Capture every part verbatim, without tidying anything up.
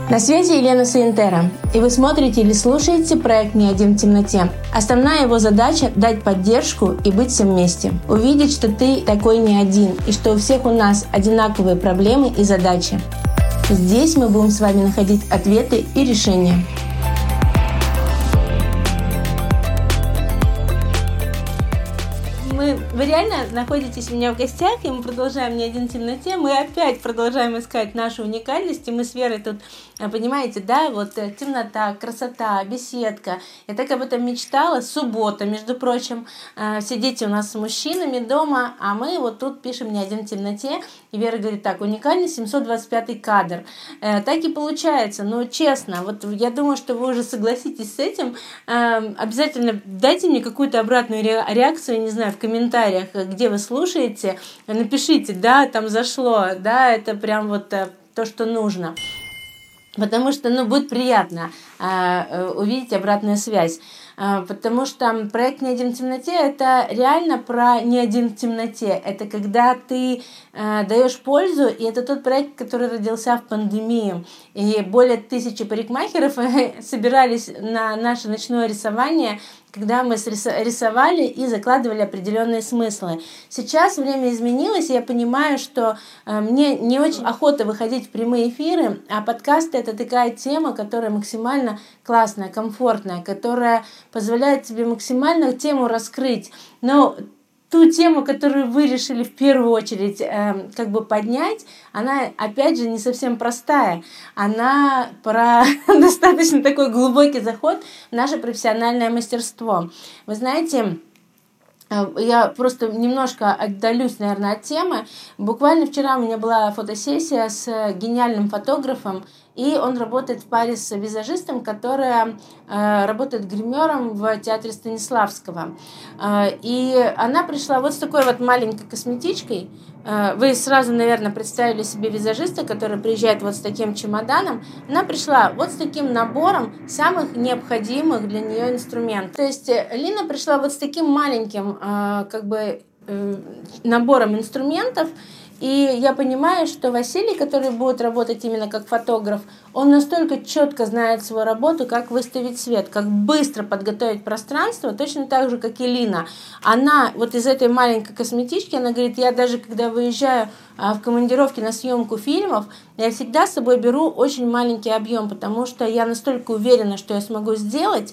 На связи Елена Суинтера, и вы смотрите или слушаете проект «Не один в темноте». Основная его задача – дать поддержку и быть всем вместе. Увидеть, что ты такой не один, и что у всех у нас одинаковые проблемы и задачи. Здесь мы будем с вами находить ответы и решения. Мы, вы реально находитесь у меня в гостях, и мы продолжаем «Не один в темноте». Мы опять продолжаем искать нашу уникальность, и мы с Верой тут, понимаете, да, вот темнота, красота, беседка. Я так об этом мечтала. Суббота, между прочим. Все дети у нас с мужчинами дома, а мы вот тут пишем «Не один в темноте». И Вера говорит: так, уникальный семьсот двадцать пятый кадр. Так и получается, но честно, вот я думаю, что вы уже согласитесь с этим. Обязательно дайте мне какую-то обратную реакцию, не знаю, в комментариях, где вы слушаете, напишите, да, там зашло, да, это прям вот то, что нужно. Потому что, ну, будет приятно э, увидеть обратную связь. Э, потому что проект «Не один в темноте» — это реально про «Не один в темноте». Это когда ты э, даешь пользу, и это тот проект, который родился в пандемию. И более тысячи парикмахеров собирались на наше ночное рисование, когда мы рисовали и закладывали определенные смыслы. Сейчас время изменилось, и я понимаю, что мне не очень охота выходить в прямые эфиры, а подкасты — это такая тема, которая максимально классная, комфортная, которая позволяет тебе максимально тему раскрыть. Но ту тему, которую вы решили в первую очередь э, как бы поднять, она, опять же, не совсем простая. Она про достаточно такой глубокий заход в наше профессиональное мастерство. Вы знаете, я просто немножко отдалюсь, наверное, от темы. Буквально вчера у меня была фотосессия с гениальным фотографом, и он работает в паре с визажистом, которая э, работает гримером в театре Станиславского. Э, и она пришла вот с такой вот маленькой косметичкой. Э, вы сразу, наверное, представили себе визажиста, который приезжает вот с таким чемоданом. Она пришла вот с таким набором самых необходимых для нее инструментов. То есть Лина пришла вот с таким маленьким э, как бы э, набором инструментов. И я понимаю, что Василий, который будет работать именно как фотограф, он настолько четко знает свою работу, как выставить свет, как быстро подготовить пространство, точно так же, как и Лина. Она вот из этой маленькой косметички, она говорит: я даже когда выезжаю в командировки на съемку фильмов, я всегда с собой беру очень маленький объем, потому что я настолько уверена, что я смогу сделать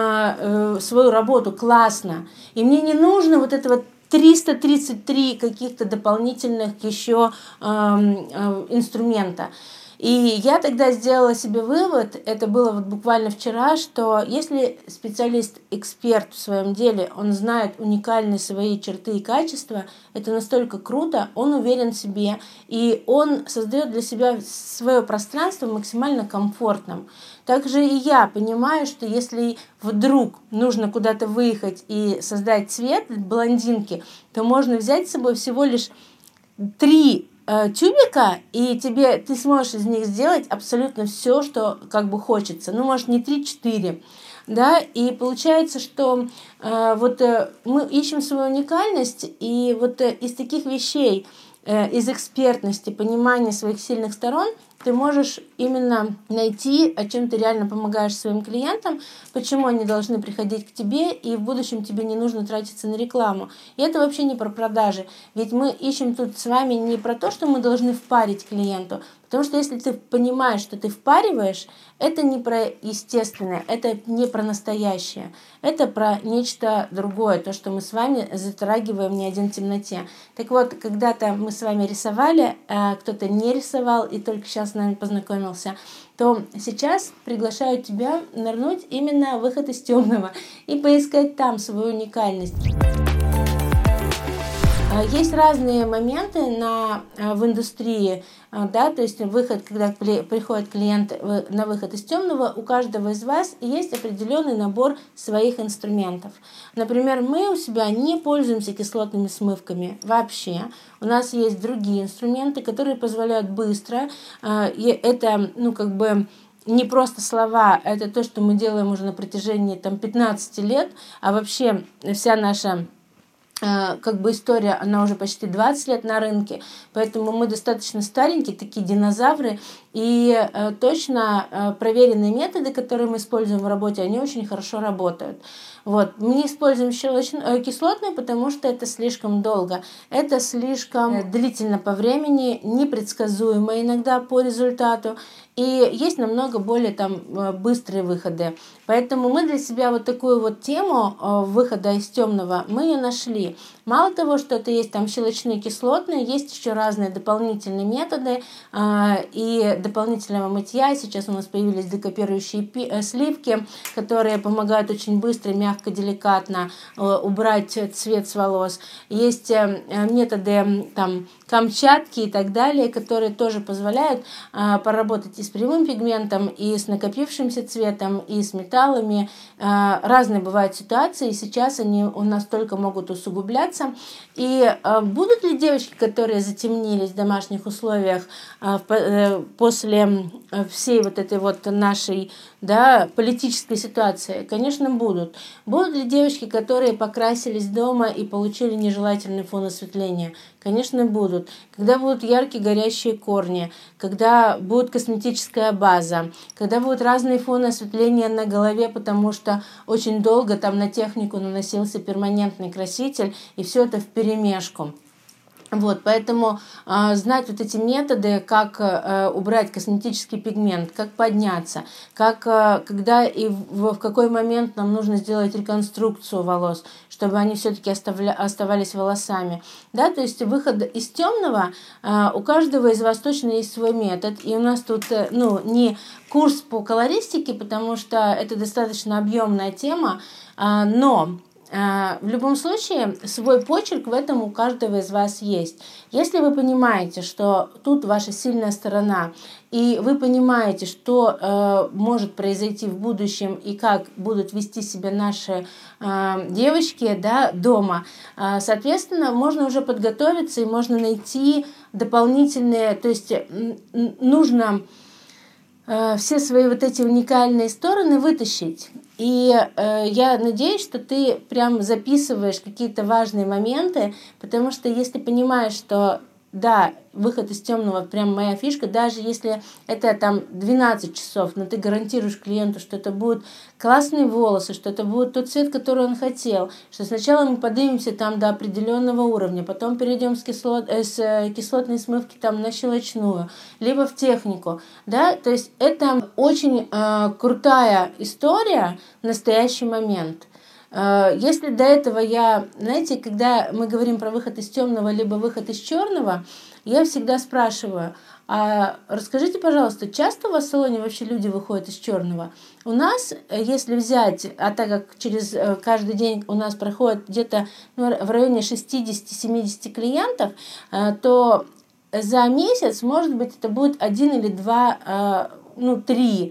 э, свою работу классно. И мне не нужно вот это вот триста тридцать три каких-то дополнительных еще э, э, инструмента. И я тогда сделала себе вывод, это было вот буквально вчера, что если специалист-эксперт в своем деле, он знает уникальные свои черты и качества, это настолько круто, он уверен в себе, и он создает для себя свое пространство максимально комфортным. Также и я понимаю, что если вдруг нужно куда-то выехать и создать цвет блондинки, то можно взять с собой всего лишь три тюбика, и тебе, ты сможешь из них сделать абсолютно все, что как бы хочется. Ну, может, не три-четыре. Да, и получается, что э, вот э, мы ищем свою уникальность, и вот э, из таких вещей, э, из экспертности, понимания своих сильных сторон, ты можешь именно найти, о чем ты реально помогаешь своим клиентам, почему они должны приходить к тебе, и в будущем тебе не нужно тратиться на рекламу. И это вообще не про продажи. Ведь мы ищем тут с вами не про то, что мы должны впарить клиенту, потому что если ты понимаешь, что ты впариваешь, это не про естественное, это не про настоящее, это про нечто другое, то, что мы с вами затрагиваем «Не один в темноте». Так вот, когда-то мы с вами рисовали, кто-то не рисовал и только сейчас с нами познакомился, то сейчас приглашаю тебя нырнуть именно в выход из темного и поискать там свою уникальность. Есть разные моменты на, в индустрии, да, то есть выход, когда приходит клиент на выход из темного, у каждого из вас есть определенный набор своих инструментов. Например, мы у себя не пользуемся кислотными смывками вообще. У нас есть другие инструменты, которые позволяют быстро, и это, ну, как бы, не просто слова, это то, что мы делаем уже на протяжении там, пятнадцати лет, а вообще вся наша как бы история, она уже почти двадцать лет на рынке, поэтому мы достаточно старенькие, такие динозавры, и э, точно э, проверенные методы, которые мы используем в работе, они очень хорошо работают. Вот. Мы не используем щелочно- кислотные, потому что это слишком долго, это слишком длительно по времени, непредсказуемо иногда по результату, и есть намного более там быстрые выходы. Поэтому мы для себя вот такую вот тему выхода из темного, мы ее нашли. Мало того, что это есть там щелочные кислотные, есть еще разные дополнительные методы и дополнительного мытья. Сейчас у нас появились декопирующие сливки, которые помогают очень быстро, мягко, деликатно убрать цвет с волос. Есть методы там Камчатки и так далее, которые тоже позволяют а, поработать и с прямым пигментом, и с накопившимся цветом, и с металлами. А, разные бывают ситуации, и сейчас они у нас только могут усугубляться. И а, будут ли девочки, которые затемнились в домашних условиях а, в, а, после всей вот этой вот нашей, да, политической ситуации? Конечно, будут. Будут ли девочки, которые покрасились дома и получили нежелательный фон осветления? Конечно, будут. Когда будут яркие горящие корни, когда будет косметическая база, когда будут разные фоны осветления на голове, потому что очень долго там на технику наносился перманентный краситель, и все это вперемешку. Вот, поэтому э, знать вот эти методы, как э, убрать косметический пигмент, как подняться, как, э, когда и в, в какой момент нам нужно сделать реконструкцию волос, чтобы они все-таки оставля, оставались волосами. Да, то есть выход из темного, э, у каждого из вас точно есть свой метод. И у нас тут э, ну, не курс по колористике, потому что это достаточно объемная тема, э, но... В любом случае, свой почерк в этом у каждого из вас есть. Если вы понимаете, что тут ваша сильная сторона, и вы понимаете, что э, может произойти в будущем и как будут вести себя наши э, девочки, да, дома, э, соответственно, можно уже подготовиться и можно найти дополнительные, то есть нужно э, все свои вот эти уникальные стороны вытащить. И э, я надеюсь, что ты прям записываешь какие-то важные моменты, потому что если понимаешь, что да, выход из темного прям моя фишка, даже если это там двенадцать часов, но ты гарантируешь клиенту, что это будут классные волосы, что это будет тот цвет, который он хотел, что сначала мы поднимемся там до определенного уровня, потом перейдем с, кислот, э, с кислотной смывки там на щелочную, либо в технику, да, то есть это очень э, крутая история в настоящий момент. Если до этого я, знаете, когда мы говорим про выход из темного либо выход из черного, я всегда спрашиваю, а расскажите, пожалуйста, часто у вас в салоне вообще люди выходят из черного? У нас, если взять, а так как через каждый день у нас проходит где-то ну, в районе шестьдесят-семьдесят клиентов, то за месяц, может быть, это будет один или два, ну, три,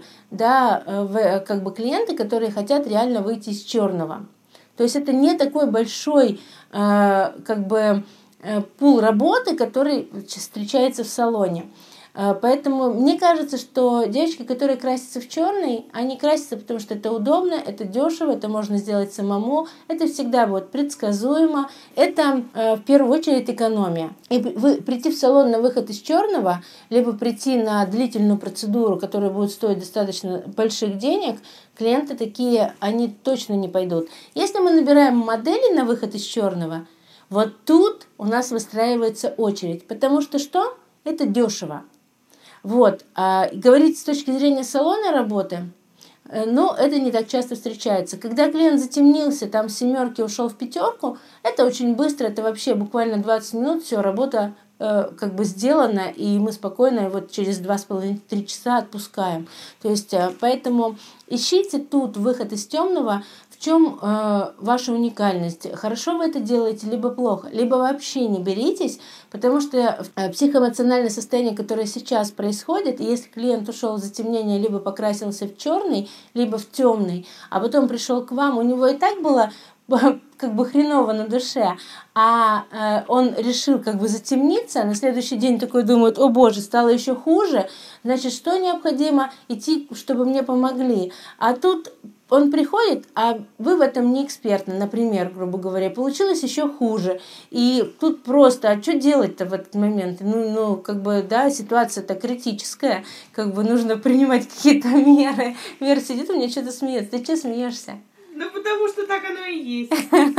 да, как бы клиенты, которые хотят реально выйти из черного. То есть это не такой большой, как бы, пул работы, который встречается в салоне. Поэтому мне кажется, что девочки, которые красятся в черный, они красятся, потому что это удобно, это дешево, это можно сделать самому, это всегда будет предсказуемо, это в первую очередь экономия. И вы, прийти в салон на выход из черного, либо прийти на длительную процедуру, которая будет стоить достаточно больших денег, клиенты такие, они точно не пойдут. Если мы набираем модели на выход из черного, вот тут у нас выстраивается очередь, потому что что? Это дешево. Вот. А говорить с точки зрения салона работы, ну, это не так часто встречается. Когда клиент затемнился, там с семерки ушел в пятерку, это очень быстро, это вообще буквально двадцать минут, все, работа э, как бы сделана, и мы спокойно вот через два с половиной - три часа отпускаем. То есть, э, поэтому ищите тут выход из темного. В чем э, ваша уникальность? Хорошо вы это делаете, либо плохо, либо вообще не беритесь, потому что э, психоэмоциональное состояние, которое сейчас происходит, если клиент ушел в затемнение, либо покрасился в черный, либо в темный, а потом пришел к вам, у него и так было как бы хреново на душе, а э, он решил как бы затемниться, на следующий день такой думает: о боже, стало еще хуже, значит, что необходимо? Идти, чтобы мне помогли. А тут он приходит, а вы в этом не экспертны, например, грубо говоря, получилось еще хуже. И тут просто, а что делать-то в этот момент? Ну, ну как бы, да, ситуация-то критическая, как бы нужно принимать какие-то меры. Вера сидит у меня, что-то смеется. Ты что смеешься? Ну, потому что так оно и есть.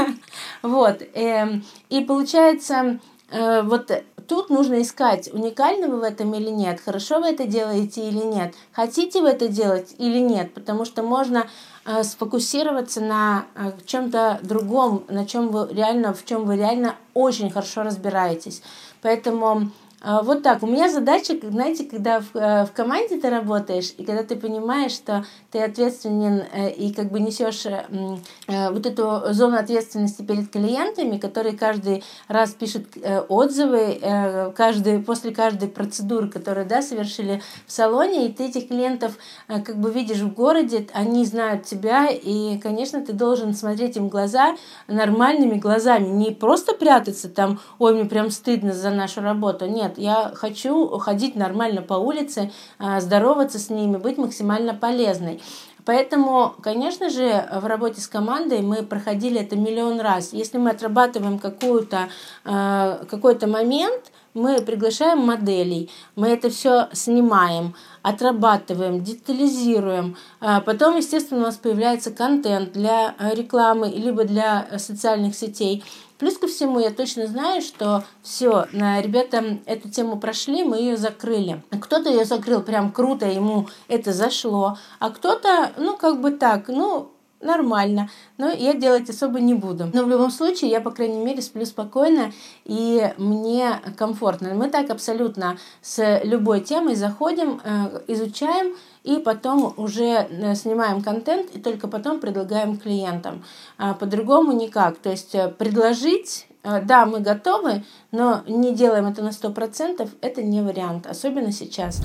Вот. И получается, вот тут нужно искать, уникальны вы в этом или нет, хорошо вы это делаете или нет, хотите вы это делать или нет, потому что можно сфокусироваться на чем-то другом, на чем вы реально, в чем вы реально очень хорошо разбираетесь. Поэтому вот так. У меня задача, знаете, когда в, в команде ты работаешь, и когда ты понимаешь, что ты ответственен и как бы несешь вот эту зону ответственности перед клиентами, которые каждый раз пишут отзывы каждый, после каждой процедуры, которую, да, совершили в салоне, и ты этих клиентов как бы видишь в городе, они знают тебя, и, конечно, ты должен смотреть им в глаза нормальными глазами, не просто прятаться там, ой, мне прям стыдно за нашу работу, нет. Я хочу ходить нормально по улице, здороваться с ними, быть максимально полезной. Поэтому, конечно же, в работе с командой мы проходили это миллион раз. Если мы отрабатываем какую-то, какой-то момент, мы приглашаем моделей, мы это все снимаем, отрабатываем, детализируем. Потом, естественно, у нас появляется контент для рекламы либо для социальных сетей. Плюс ко всему, я точно знаю, что все, ребята эту тему прошли, мы ее закрыли. Кто-то ее закрыл прям круто, ему это зашло, а кто-то, ну, как бы так, ну, нормально, но я делать особо не буду. Но в любом случае, я, по крайней мере, сплю спокойно, и мне комфортно. Мы так абсолютно с любой темой заходим, изучаем, и потом уже снимаем контент, и только потом предлагаем клиентам. По-другому никак. То есть предложить, да, мы готовы, но не делаем это на сто процентов, это не вариант, особенно сейчас.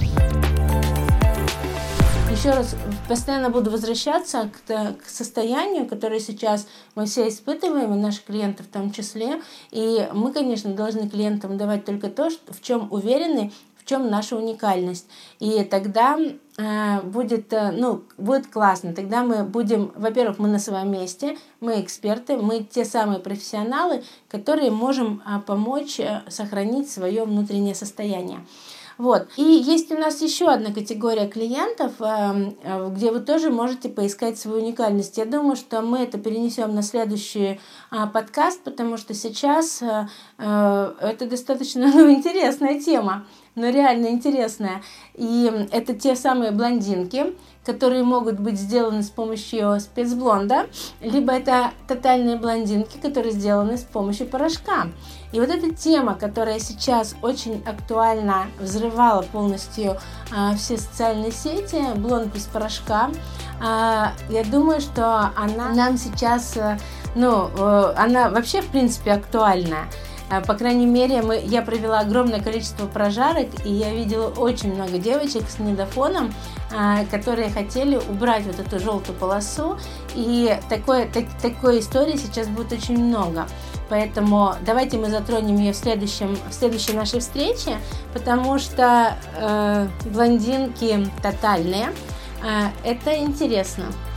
Еще раз постоянно буду возвращаться к, к состоянию, которое сейчас мы все испытываем, и наши клиенты в том числе. И мы, конечно, должны клиентам давать только то, в чем уверены, в чем наша уникальность. И тогда э, будет, э, ну, будет классно. Тогда мы будем, во-первых, мы на своем месте, мы эксперты, мы те самые профессионалы, которые можем э, помочь э, сохранить свое внутреннее состояние. Вот. И есть у нас еще одна категория клиентов, где вы тоже можете поискать свою уникальность. Я думаю, что мы это перенесем на следующий подкаст, потому что сейчас это достаточно ну, интересная тема, но реально интересная. И это те самые блондинки, которые могут быть сделаны с помощью спецблонда, либо это тотальные блондинки, которые сделаны с помощью порошка. И вот эта тема, которая сейчас очень актуальна, взрывала полностью а, все социальные сети, блонд без порошка, а, я думаю, что она нам сейчас, ну, она вообще в принципе актуальна. По крайней мере, мы, я провела огромное количество прожарок, и я видела очень много девочек с недофоном, которые хотели убрать вот эту желтую полосу, и такой, так, такой истории сейчас будет очень много. Поэтому давайте мы затронем ее в, следующем, в следующей нашей встрече, потому что э, блондинки тотальные, э, это интересно.